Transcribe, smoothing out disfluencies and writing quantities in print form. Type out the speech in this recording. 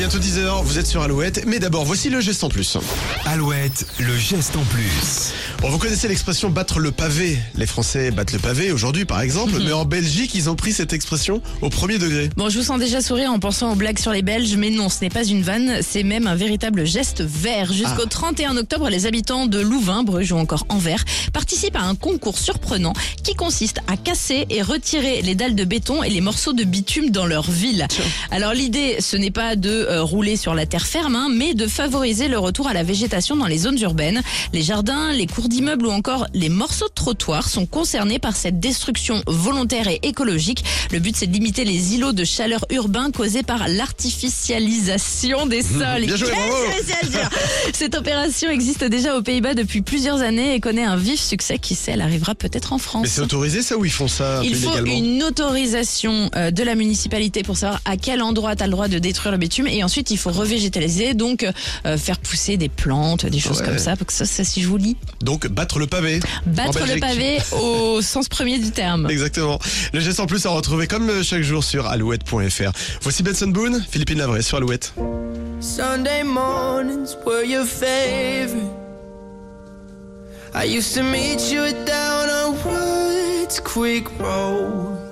bientôt 10h, vous êtes sur Alouette, mais d'abord voici le geste en plus. Alouette, le geste en plus. Bon, vous connaissez l'expression battre le pavé. Les Français battent le pavé aujourd'hui par exemple, mais en Belgique ils ont pris cette expression au premier degré. Bon, je vous sens déjà sourire en pensant aux blagues sur les Belges, mais non, ce n'est pas une vanne, c'est même un véritable geste vert. Jusqu'au 31 octobre, les habitants de Louvain, Bruges ou encore Anvers participent à un concours surprenant qui consiste à casser et retirer les dalles de béton et les morceaux de bitume dans leur ville. Alors l'idée, ce n'est pas de rouler sur la terre ferme, mais de favoriser le retour à la végétation dans les zones urbaines. Les jardins, les cours d'immeubles ou encore les morceaux de trottoir sont concernés par cette destruction volontaire et écologique. Le but, c'est de limiter les îlots de chaleur urbains causés par l'artificialisation des sols. Bien joué, bravo. Cette opération existe déjà aux Pays-Bas depuis plusieurs années et connaît un vif succès. Qui sait, elle arrivera peut-être en France. Mais c'est autorisé ça ou ils font ça Il faut illégalement? une autorisation de la municipalité pour savoir à quel endroit tu as le droit de détruire le bitume, et ensuite il faut revégétaliser, donc faire pousser des plantes, des choses comme ça, pour que ça si je vous lis. Donc battre le pavé. Battre En le Belgique. pavé au sens premier du terme. Exactement. Le geste en plus à retrouver comme chaque jour sur alouette.fr. Voici Benson Boone, Philippine Lavray sur Alouette. Sunday mornings were your favorite. I used to meet you down on Woods Creek Road.